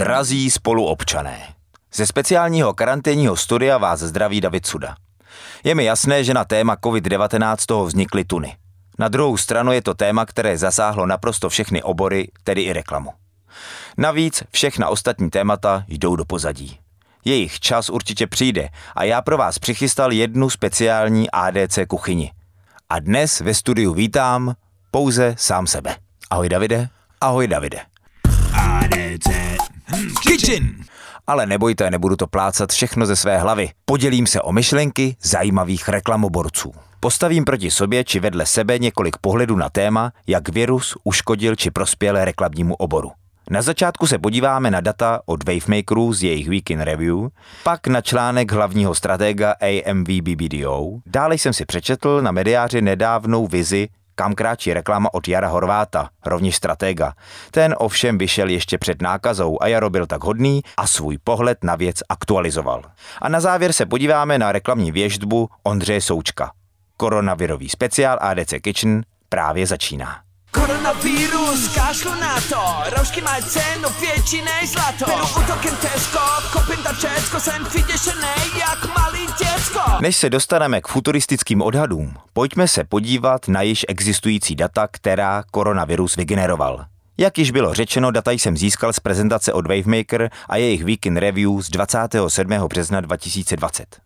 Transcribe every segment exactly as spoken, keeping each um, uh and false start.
Drazí spoluobčané, ze speciálního karanténního studia vás zdraví David Suda. Je mi jasné, že na téma covid devatenáct toho vznikly tuny. Na druhou stranu je to téma, které zasáhlo naprosto všechny obory, tedy i reklamu. Navíc všechna ostatní témata jdou do pozadí. Jejich čas určitě přijde a já pro vás přichystal jednu speciální A D C kuchyni. A dnes ve studiu vítám pouze sám sebe. Ahoj Davide. Ahoj Davide. A D C Kitchen. Ale nebojte, nebudu to plácat všechno ze své hlavy. Podělím se o myšlenky zajímavých reklamoborců. Postavím proti sobě či vedle sebe několik pohledů na téma, jak virus uškodil či prospěl reklamnímu oboru. Na začátku se podíváme na data od Wavemakerů z jejich Weekend Review, pak na článek hlavního stratega A M V B B D O. Dále jsem si přečetl na Mediáři nedávnou vizi, kam kráčí reklama od Jara Horváta, rovněž stratega. Ten ovšem vyšel ještě před nákazou a Jaro byl tak hodný a svůj pohled na věc aktualizoval. A na závěr se podíváme na reklamní věštbu Ondřeje Součka. Koronavirový speciál A D C Kitchen právě začíná. Koronavirus, kašlu na to, roušky mají cenu větší než zlato. Beru útokem Tesco, koupím tam všecko, jsem vyděšený jak malý děcko. Než se dostaneme k futuristickým odhadům, pojďme se podívat na již existující data, která koronavirus vygeneroval. Jak již bylo řečeno, data jsem získal z prezentace od Wavemaker a jejich Weekend Review z dvacátého sedmého března dva tisíce dvacet.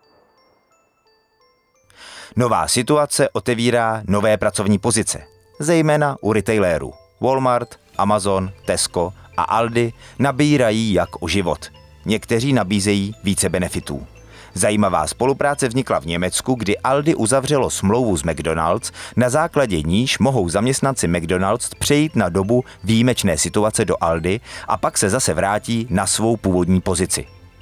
Nová situace otevírá nové pracovní pozice, zejména u retailérů. Walmart, Amazon, Tesco a Aldi nabírají jak o život. Někteří nabízejí více benefitů. Zajímavá spolupráce vznikla v Německu, kdy Aldi uzavřelo smlouvu s McDonald's, na základě níž mohou zaměstnanci McDonald's přejít na dobu výjimečné situace do Aldi a pak se zase vrátí na svou původní pozici.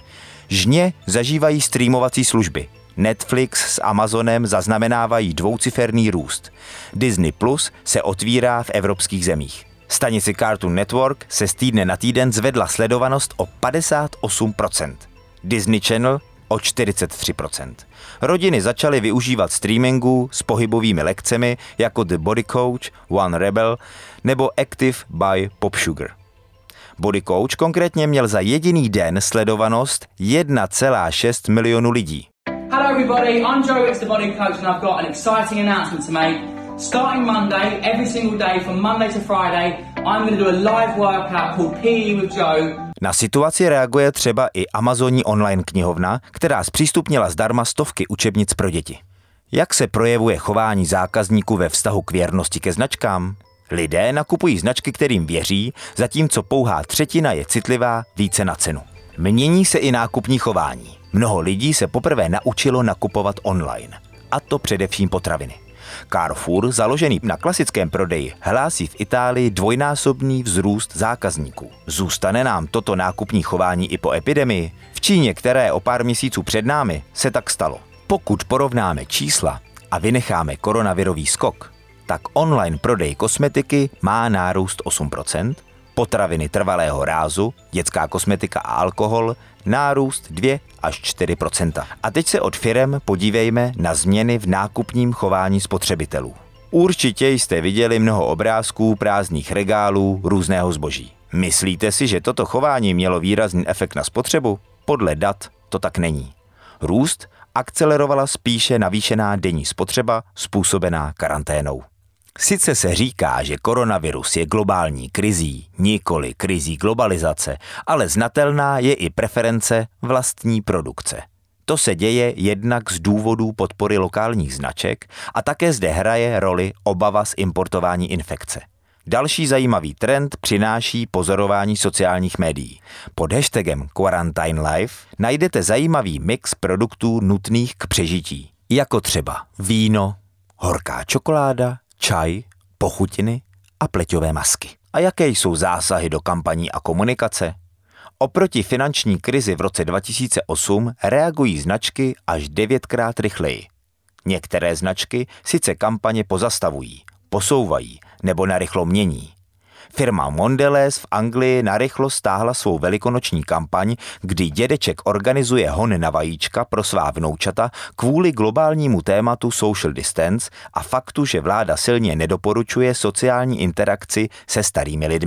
Žně zažívají streamovací služby. Netflix s Amazonem zaznamenávají dvouciferný růst. Disney Plus se otvírá v evropských zemích. Stanici Cartoon Network se z týdne na týden zvedla sledovanost o padesát osm procent. Disney Channel o čtyřicet tři procent. Rodiny začaly využívat streamingu s pohybovými lekcemi jako The Body Coach, One Rebel nebo Active by Pop Sugar. Body Coach konkrétně měl za jediný den sledovanost jedna celá šest milionu lidí. Hello everybody, I'm Joe, it's the Body Coach and I've got an exciting announcement to make. Starting Monday, every single day from Monday to Friday, I'm going to do a live workout called P E with Joe. Na situaci reaguje třeba i Amazonní online knihovna, která zpřístupnila zdarma stovky učebnic pro děti. Jak se projevuje chování zákazníků ve vztahu k věrnosti ke značkám? Lidé nakupují značky, kterým věří, zatímco pouhá třetina je citlivá více na cenu. Mění se i nákupní chování. Mnoho lidí se poprvé naučilo nakupovat online, a to především potraviny. Carrefour, založený na klasickém prodeji, hlásí v Itálii dvojnásobný vzrůst zákazníků. Zůstane nám toto nákupní chování i po epidemii? V Číně, které je o pár měsíců před námi, se tak stalo. Pokud porovnáme čísla a vynecháme koronavirový skok, tak online prodej kosmetiky má nárůst osm procent, potraviny trvalého rázu, dětská kosmetika a alkohol nárůst dva až čtyři procenta. A teď se od firem podívejme na změny v nákupním chování spotřebitelů. Určitě jste viděli mnoho obrázků prázdných regálů různého zboží. Myslíte si, že toto chování mělo výrazný efekt na spotřebu? Podle dat to tak není. Růst akcelerovala spíše navýšená denní spotřeba způsobená karanténou. Sice se říká, že koronavirus je globální krizí, nikoli krizí globalizace, ale znatelná je i preference vlastní produkce. To se děje jednak z důvodů podpory lokálních značek a také zde hraje roli obava z importování infekce. Další zajímavý trend přináší pozorování sociálních médií. Pod hashtagem Quarantine Life najdete zajímavý mix produktů nutných k přežití, jako třeba víno, horká čokoláda, čaj, pochutiny a pleťové masky. A jaké jsou zásahy do kampaní a komunikace? Oproti finanční krizi v roce dva tisíce osm reagují značky až devětkrát rychleji. Některé značky sice kampaně pozastavují, posouvají nebo narychlo mění. Firma Mondelez v Anglii narychlo stáhla svou velikonoční kampaň, kdy dědeček organizuje hon na vajíčka pro svá vnoučata kvůli globálnímu tématu social distance a faktu, že vláda silně nedoporučuje sociální interakci se starými lidmi.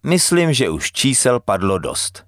Myslím, že už čísel padlo dost.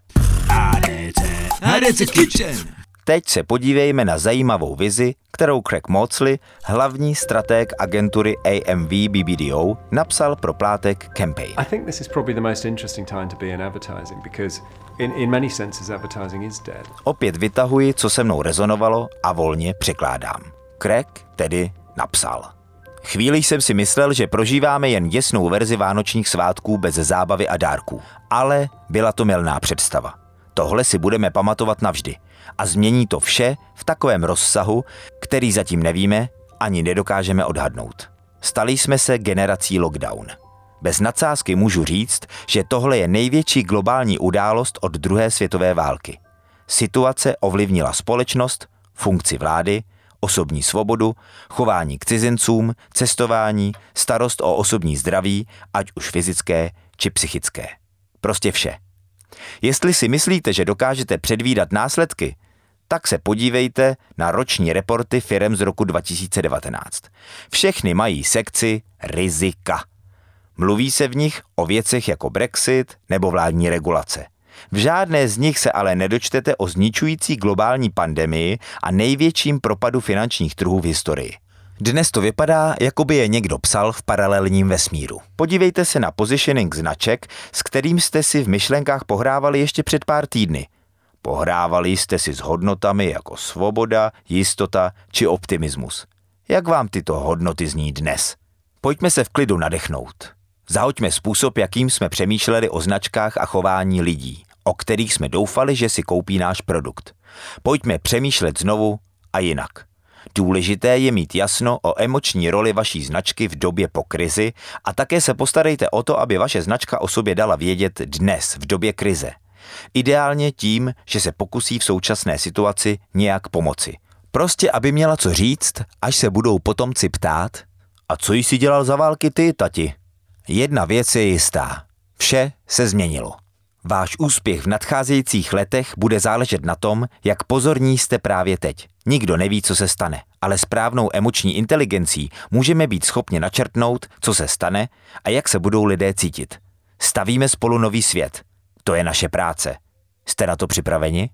Teď se podívejme na zajímavou vizi, kterou Craig Maudsley, hlavní stratég agentury A M V B B D O, napsal pro plátek Campaign. I think this is probably the most interesting time to be in advertising because in in many senses advertising is dead. Opět vytahuji, co se mnou rezonovalo a volně překládám. Craig tedy napsal. Chvíli jsem si myslel, že prožíváme jen děsnou verzi vánočních svátků bez zábavy a dárků, ale byla to mylná představa. Tohle si budeme pamatovat navždy a změní to vše v takovém rozsahu, který zatím nevíme ani nedokážeme odhadnout. Stali jsme se generací lockdown. Bez nadsázky můžu říct, že tohle je největší globální událost od druhé světové války. Situace ovlivnila společnost, funkci vlády, osobní svobodu, chování k cizincům, cestování, starost o osobní zdraví, ať už fyzické či psychické. Prostě vše. Jestli si myslíte, že dokážete předvídat následky, tak se podívejte na roční reporty firem z roku dva tisíce devatenáct. Všechny mají sekci rizika. Mluví se v nich o věcech jako Brexit nebo vládní regulace. V žádné z nich se ale nedočtete o zničující globální pandemii a největším propadu finančních trhů v historii. Dnes to vypadá, jako by je někdo psal v paralelním vesmíru. Podívejte se na positioning značek, s kterým jste si v myšlenkách pohrávali ještě před pár týdny. Pohrávali jste si s hodnotami jako svoboda, jistota či optimismus. Jak vám tyto hodnoty zní dnes? Pojďme se v klidu nadechnout. Zahoďme způsob, jakým jsme přemýšleli o značkách a chování lidí, o kterých jsme doufali, že si koupí náš produkt. Pojďme přemýšlet znovu a jinak. Důležité je mít jasno o emoční roli vaší značky v době po krizi a také se postarejte o to, aby vaše značka o sobě dala vědět dnes, v době krize. Ideálně tím, že se pokusí v současné situaci nějak pomoci. Prostě, aby měla co říct, až se budou potomci ptát: a co jsi dělal za války ty, tati? Jedna věc je jistá. Vše se změnilo. Váš úspěch v nadcházejících letech bude záležet na tom, jak pozorní jste právě teď. Nikdo neví, co se stane, ale správnou emoční inteligencí můžeme být schopni načrtnout, co se stane a jak se budou lidé cítit. Stavíme spolu nový svět. To je naše práce. Jste na to připraveni?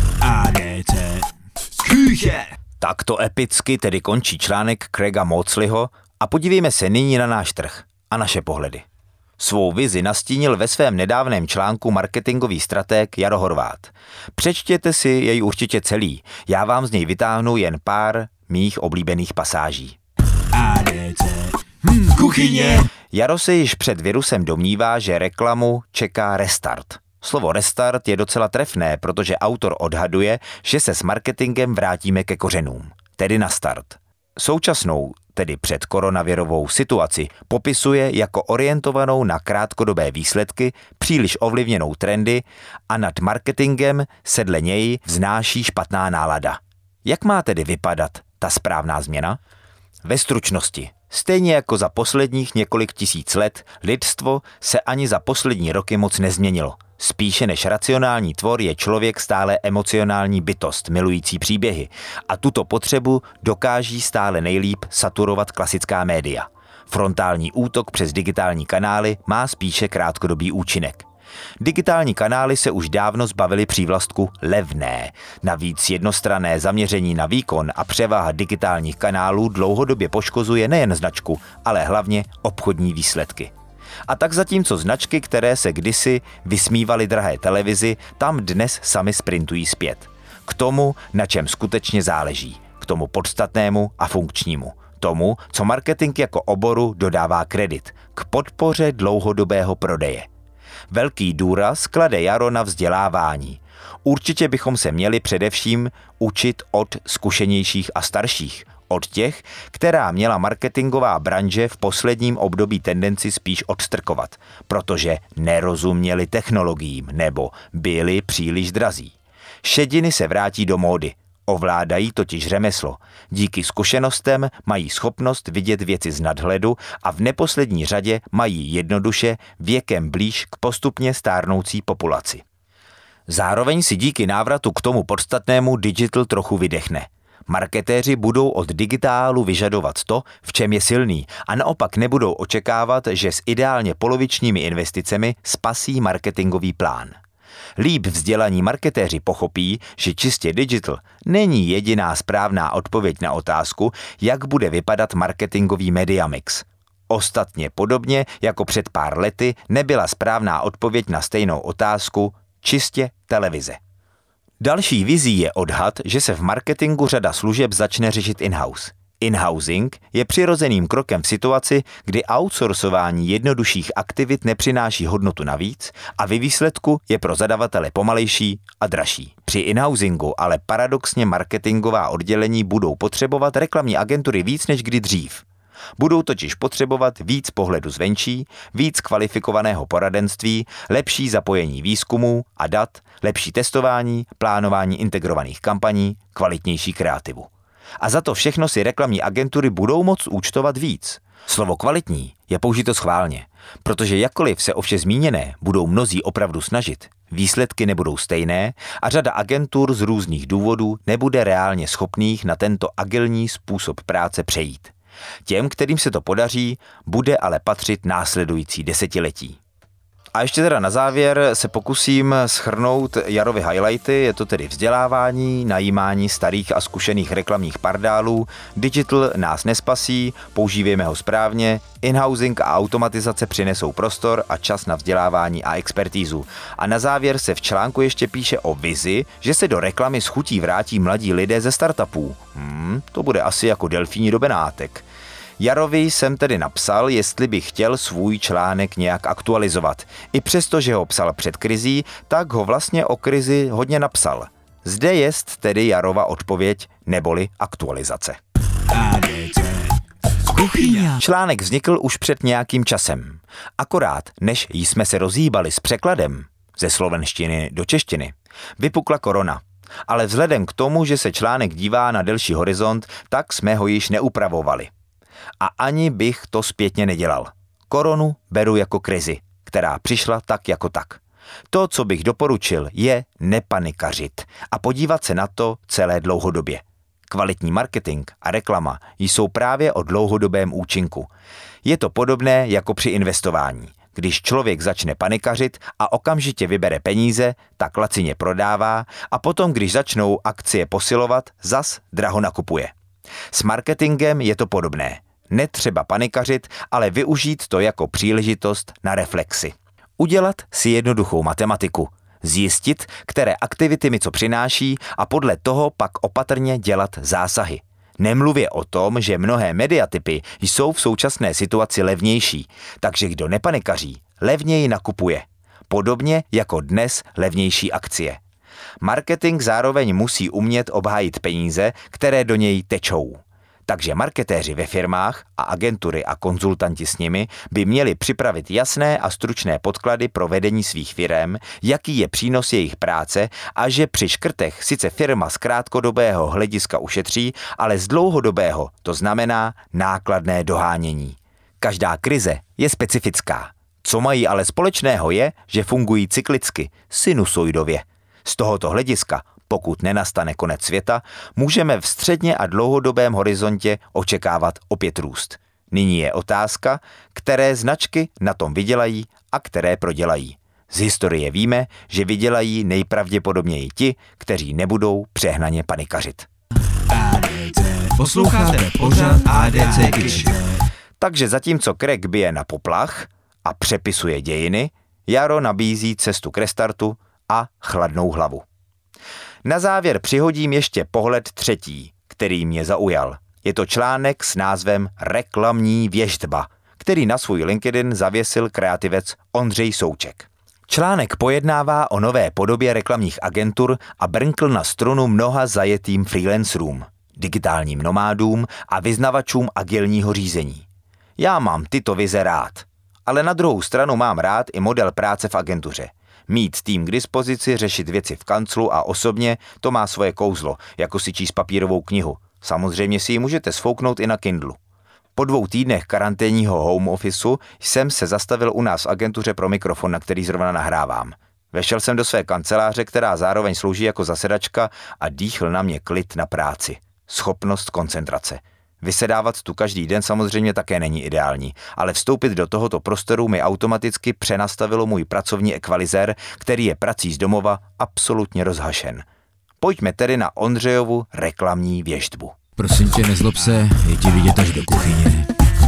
Takto epicky tedy končí článek Craiga Maudsleyho a podívejme se nyní na náš trh a naše pohledy. Svou vizi nastínil ve svém nedávném článku marketingový stratég Jaro Horvát. Přečtěte si jej určitě celý, já vám z něj vytáhnu jen pár mých oblíbených pasáží. Hmm, kuchyně. Jaro se již před virusem domnívá, že reklamu čeká restart. Slovo restart je docela trefné, protože autor odhaduje, že se s marketingem vrátíme ke kořenům, tedy na start. Současnou, tedy před koronavirovou situaci, popisuje jako orientovanou na krátkodobé výsledky, příliš ovlivněnou trendy a nad marketingem se dle něj vznáší špatná nálada. Jak má tedy vypadat ta správná změna? Ve stručnosti. Stejně jako za posledních několik tisíc let, lidstvo se ani za poslední roky moc nezměnilo. Spíše než racionální tvor je člověk stále emocionální bytost, milující příběhy a tuto potřebu dokáží stále nejlíp saturovat klasická média. Frontální útok přes digitální kanály má spíše krátkodobý účinek. Digitální kanály se už dávno zbavily přívlastku levné. Navíc jednostranné zaměření na výkon a převaha digitálních kanálů dlouhodobě poškozuje nejen značku, ale hlavně obchodní výsledky. A tak zatímco značky, které se kdysi vysmívaly drahé televizi, tam dnes sami sprintují zpět. K tomu, na čem skutečně záleží. K tomu podstatnému a funkčnímu. Tomu, co marketing jako oboru dodává kredit. K podpoře dlouhodobého prodeje. Velký důraz klade Jaro na vzdělávání. Určitě bychom se měli především učit od zkušenějších a starších. Od těch, která měla marketingová branže v posledním období tendenci spíš odstrkovat, protože nerozuměli technologiím nebo byli příliš drazí. Šediny se vrátí do módy, ovládají totiž řemeslo. Díky zkušenostem mají schopnost vidět věci z nadhledu a v neposlední řadě mají jednoduše věkem blíž k postupně stárnoucí populaci. Zároveň si díky návratu k tomu podstatnému digital trochu vydechne. Marketéři budou od digitálu vyžadovat to, v čem je silný, a naopak nebudou očekávat, že s ideálně polovičními investicemi spasí marketingový plán. Líp vzdělaní marketéři pochopí, že čistě digital není jediná správná odpověď na otázku, jak bude vypadat marketingový media mix. Ostatně podobně jako před pár lety nebyla správná odpověď na stejnou otázku čistě televize. Další vizí je odhad, že se v marketingu řada služeb začne řešit in-house. In-housing je přirozeným krokem v situaci, kdy outsourcování jednodušších aktivit nepřináší hodnotu navíc a ve výsledku je pro zadavatele pomalejší a dražší. Při in-housingu ale paradoxně marketingová oddělení budou potřebovat reklamní agentury víc než kdy dřív. Budou totiž potřebovat víc pohledu zvenčí, víc kvalifikovaného poradenství, lepší zapojení výzkumů a dat, lepší testování, plánování integrovaných kampaní, kvalitnější kreativu. A za to všechno si reklamní agentury budou moct účtovat víc. Slovo kvalitní je použito schválně, protože jakkoliv se o vše zmíněné budou mnozí opravdu snažit, výsledky nebudou stejné a řada agentur z různých důvodů nebude reálně schopných na tento agilní způsob práce přejít. Těm, kterým se to podaří, bude ale patřit následující desetiletí. A ještě teda na závěr se pokusím shrnout Jarovy highlighty, je to tedy vzdělávání, najímání starých a zkušených reklamních pardálů, digital nás nespasí, používejme ho správně, in-housing a automatizace přinesou prostor a čas na vzdělávání a expertízu. A na závěr se v článku ještě píše o vizi, že se do reklamy s chutí vrátí mladí lidé ze startupů. Hmm, to bude asi jako delfíni do Benátek. Jarovi jsem tedy napsal, jestli by chtěl svůj článek nějak aktualizovat. I přesto, že ho psal před krizí, tak ho vlastně o krizi hodně napsal. Zde jest tedy Jarova odpověď neboli aktualizace. Článek vznikl už před nějakým časem. Akorát, než jsme se rozhýbali s překladem ze slovenštiny do češtiny, vypukla korona. Ale vzhledem k tomu, že se článek dívá na delší horizont, tak jsme ho již neupravovali. A ani bych to zpětně nedělal. Koronu beru jako krizi, která přišla tak jako tak. To, co bych doporučil, je nepanikařit a podívat se na to celé dlouhodobě. Kvalitní marketing a reklama jsou právě o dlouhodobém účinku. Je to podobné jako při investování. Když člověk začne panikařit a okamžitě vybere peníze, tak lacině prodává a potom, když začnou akcie posilovat, zas draho nakupuje. S marketingem je to podobné. Netřeba panikařit, ale využít to jako příležitost na reflexi. Udělat si jednoduchou matematiku. Zjistit, které aktivity mi co přináší a podle toho pak opatrně dělat zásahy. Nemluvě o tom, že mnohé mediatypy jsou v současné situaci levnější, takže kdo nepanikaří, levněji nakupuje. Podobně jako dnes levnější akcie. Marketing zároveň musí umět obhájit peníze, které do něj tečou. Takže marketéři ve firmách a agentury a konzultanti s nimi by měli připravit jasné a stručné podklady pro vedení svých firem, jaký je přínos jejich práce a že při škrtech sice firma z krátkodobého hlediska ušetří, ale z dlouhodobého to znamená nákladné dohánění. Každá krize je specifická. Co mají ale společného je, že fungují cyklicky, sinusoidově. Z tohoto hlediska, pokud nenastane konec světa, můžeme v středně a dlouhodobém horizontě očekávat opět růst. Nyní je otázka, které značky na tom vydělají a které prodělají. Z historie víme, že vydělají nejpravděpodobněji ti, kteří nebudou přehnaně panikařit. Posloucháte pořad A D C X. Takže zatímco Craig bije na poplach a přepisuje dějiny, Jaro nabízí cestu k restartu a chladnou hlavu. Na závěr přihodím ještě pohled třetí, který mě zaujal. Je to článek s názvem Reklamní věštba, který na svůj LinkedIn zavěsil kreativec Ondřej Souček. Článek pojednává o nové podobě reklamních agentur a brnkl na strunu mnoha zajetým freelancerům, digitálním nomádům a vyznavačům agilního řízení. Já mám tyto vize rád, ale na druhou stranu mám rád i model práce v agentuře. Mít tým k dispozici, řešit věci v kanclu a osobně, to má svoje kouzlo, jako si číst papírovou knihu. Samozřejmě si ji můžete sfouknout i na Kindlu. Po dvou týdnech karanténního home officeu jsem se zastavil u nás v agentuře pro mikrofon, na který zrovna nahrávám. Vešel jsem do své kanceláře, která zároveň slouží jako zasedačka a dýchl na mě klid na práci. schopnost koncentrace. Vysedávat tu každý den samozřejmě také není ideální, ale vstoupit do tohoto prostoru mi automaticky přenastavilo můj pracovní ekvalizér, který je prací z domova absolutně rozhašen. Pojďme tedy na Ondřejovu reklamní věštbu. Prosím tě, nezlob se, je ti vidět až do kuchyně.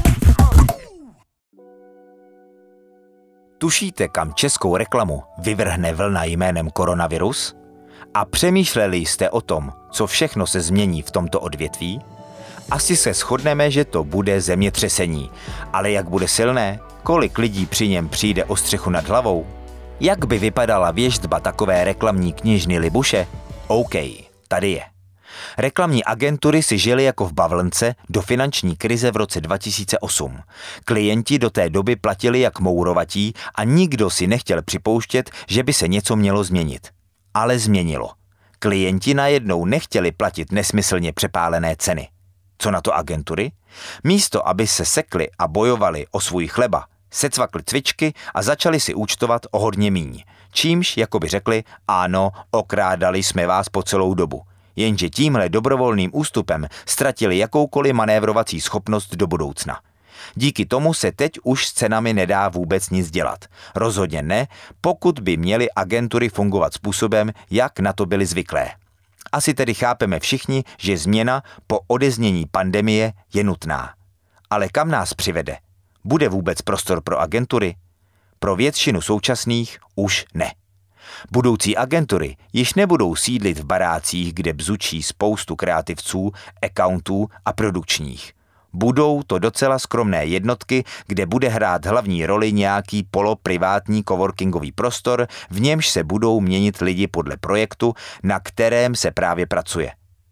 Tušíte, kam českou reklamu vyvrhne vlna jménem koronavirus? A přemýšleli jste o tom, co všechno se změní v tomto odvětví? Asi se shodneme, že to bude zemětřesení, ale jak bude silné, kolik lidí při něm přijde o střechu nad hlavou? Jak by vypadala věštba takové reklamní knižny Libuše? OK, tady je. Reklamní agentury si žily jako v bavlnce do finanční krize v roce dva tisíce osm. Klienti do té doby platili jak mourovatí a nikdo si nechtěl připouštět, že by se něco mělo změnit. Ale změnilo. Klienti najednou nechtěli platit nesmyslně přepálené ceny. Co na to agentury? Místo, aby se sekli a bojovali o svůj chleba, secvakli cvičky a začali si účtovat o hodně míň. Čímž, jakoby řekli, ano, okrádali jsme vás po celou dobu. Jenže tímhle dobrovolným ústupem ztratili jakoukoliv manévrovací schopnost do budoucna. Díky tomu se teď už s cenami nedá vůbec nic dělat. Rozhodně ne, pokud by měly agentury fungovat způsobem, jak na to byly zvyklé. Asi tedy chápeme všichni, že změna po odeznění pandemie je nutná. Ale kam nás přivede? Bude vůbec prostor pro agentury? Pro většinu současných už ne. Budoucí agentury již nebudou sídlit v barácích, kde bzučí spoustu kreativců, accountů a produkčních. Budou to docela skromné jednotky, kde bude hrát hlavní roli nějaký poloprivátní coworkingový prostor, v němž se budou měnit lidi podle projektu, na kterém se právě pracuje.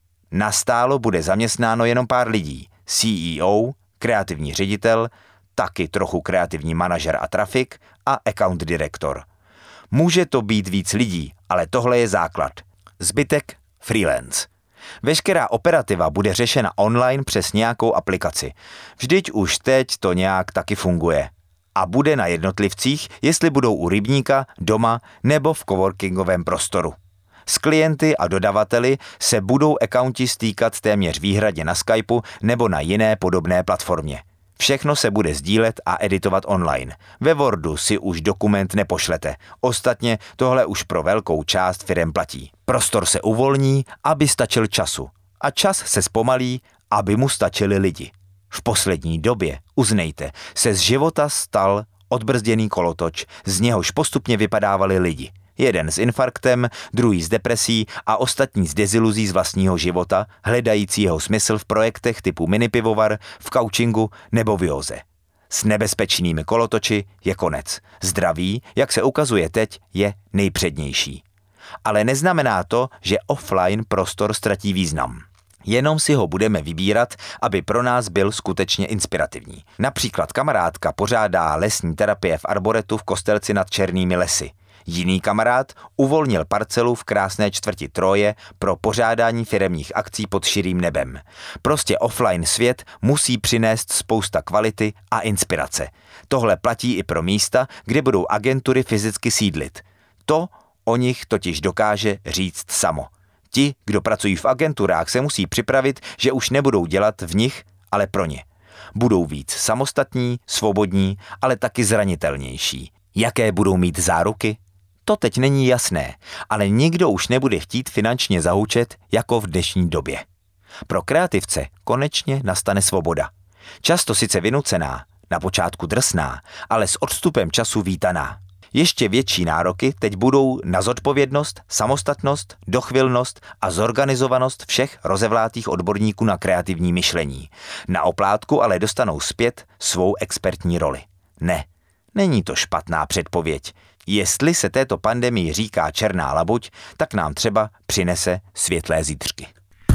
Nastálo bude zaměstnáno jenom pár lidí, C E O, kreativní ředitel, taky trochu kreativní manažer a trafik a account direktor. Může to být víc lidí, ale tohle je základ. Zbytek freelance. Veškerá operativa bude řešena online přes nějakou aplikaci. Vždyť už teď to nějak taky funguje. A bude na jednotlivcích, jestli budou u rybníka, doma nebo v coworkingovém prostoru. S klienty a dodavateli se budou accounti stýkat téměř výhradně na Skypeu nebo na jiné podobné platformě. Všechno se bude sdílet a editovat online. Ve Wordu si už dokument nepošlete. Ostatně tohle už pro velkou část firem platí. Prostor se uvolní, aby stačil času. A čas se zpomalí, aby mu stačili lidi. V poslední době, uznejte, se z života stal odbrzděný kolotoč, z něhož postupně vypadávali lidi. Jeden s infarktem, druhý s depresí a ostatní s deziluzí z vlastního života, hledající jeho smysl v projektech typu minipivovar, v coachingu nebo v józe. S nebezpečnými kolotoči je konec. Zdraví, jak se ukazuje teď, je nejpřednější. Ale neznamená to, že offline prostor ztratí význam. Jenom si ho budeme vybírat, aby pro nás byl skutečně inspirativní. Například kamarádka pořádá lesní terapie v arboretu v Kostelci nad Černými lesy. Jiný kamarád uvolnil parcelu v krásné čtvrti Troje pro pořádání firemních akcí pod širým nebem. Prostě offline svět musí přinést spousta kvality a inspirace. Tohle platí i pro místa, kde budou agentury fyzicky sídlit. To o nich totiž dokáže říct samo. Ti, kdo pracují v agenturách, se musí připravit, že už nebudou dělat v nich, ale pro ně. Budou víc samostatní, svobodní, ale taky zranitelnější. Jaké budou mít záruky? To teď není jasné, ale nikdo už nebude chtít finančně zahučet jako v dnešní době. Pro kreativce konečně nastane svoboda. Často sice vynucená, na počátku drsná, ale s odstupem času vítaná. Ještě větší nároky teď budou na zodpovědnost, samostatnost, dochvilnost a zorganizovanost všech rozevlátých odborníků na kreativní myšlení. Na oplátku ale dostanou zpět svou expertní roli. Ne, není to špatná předpověď. Jestli se této pandemii říká černá labuť, tak nám třeba přinese světlé zítřky.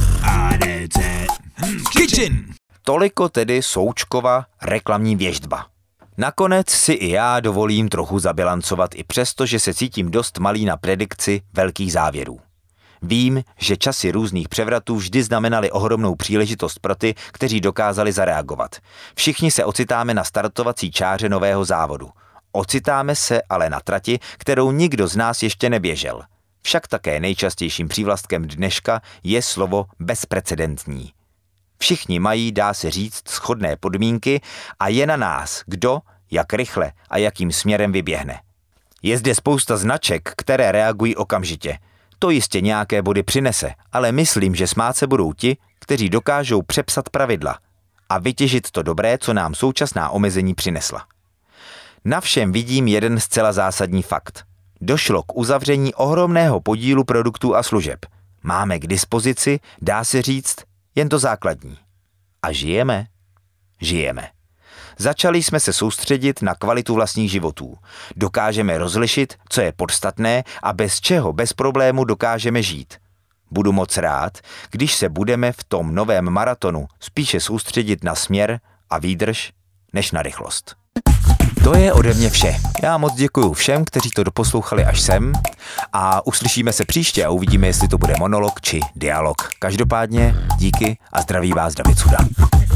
A D C Kitchen. Toliko tedy Součkova reklamní věštba. Nakonec si i já dovolím trochu zabilancovat i přesto, že se cítím dost malý na predikci velkých závěrů. Vím, že časy různých převratů vždy znamenaly ohromnou příležitost pro ty, kteří dokázali zareagovat. Všichni se ocitáme na startovací čáře nového závodu. Ocitáme se ale na trati, kterou nikdo z nás ještě neběžel. Však také nejčastějším přívlastkem dneška je slovo bezprecedentní. Všichni mají, dá se říct, shodné podmínky a je na nás, kdo, jak rychle a jakým směrem vyběhne. Je zde spousta značek, které reagují okamžitě. To jistě nějaké body přinese, ale myslím, že smát se budou ti, kteří dokážou přepsat pravidla a vytěžit to dobré, co nám současná omezení přinesla. Na všem vidím jeden zcela zásadní fakt. Došlo k uzavření ohromného podílu produktů a služeb. Máme k dispozici, dá se říct, jen to základní. A žijeme? Žijeme. Začali jsme se soustředit na kvalitu vlastních životů. Dokážeme rozlišit, co je podstatné a bez čeho bez problému dokážeme žít. Budu moc rád, když se budeme v tom novém maratonu spíše soustředit na směr a výdrž, než na rychlost. To je ode mě vše. Já moc děkuju všem, kteří to doposlouchali až sem a uslyšíme se příště a uvidíme, jestli to bude monolog či dialog. Každopádně díky a zdraví vás David Suda.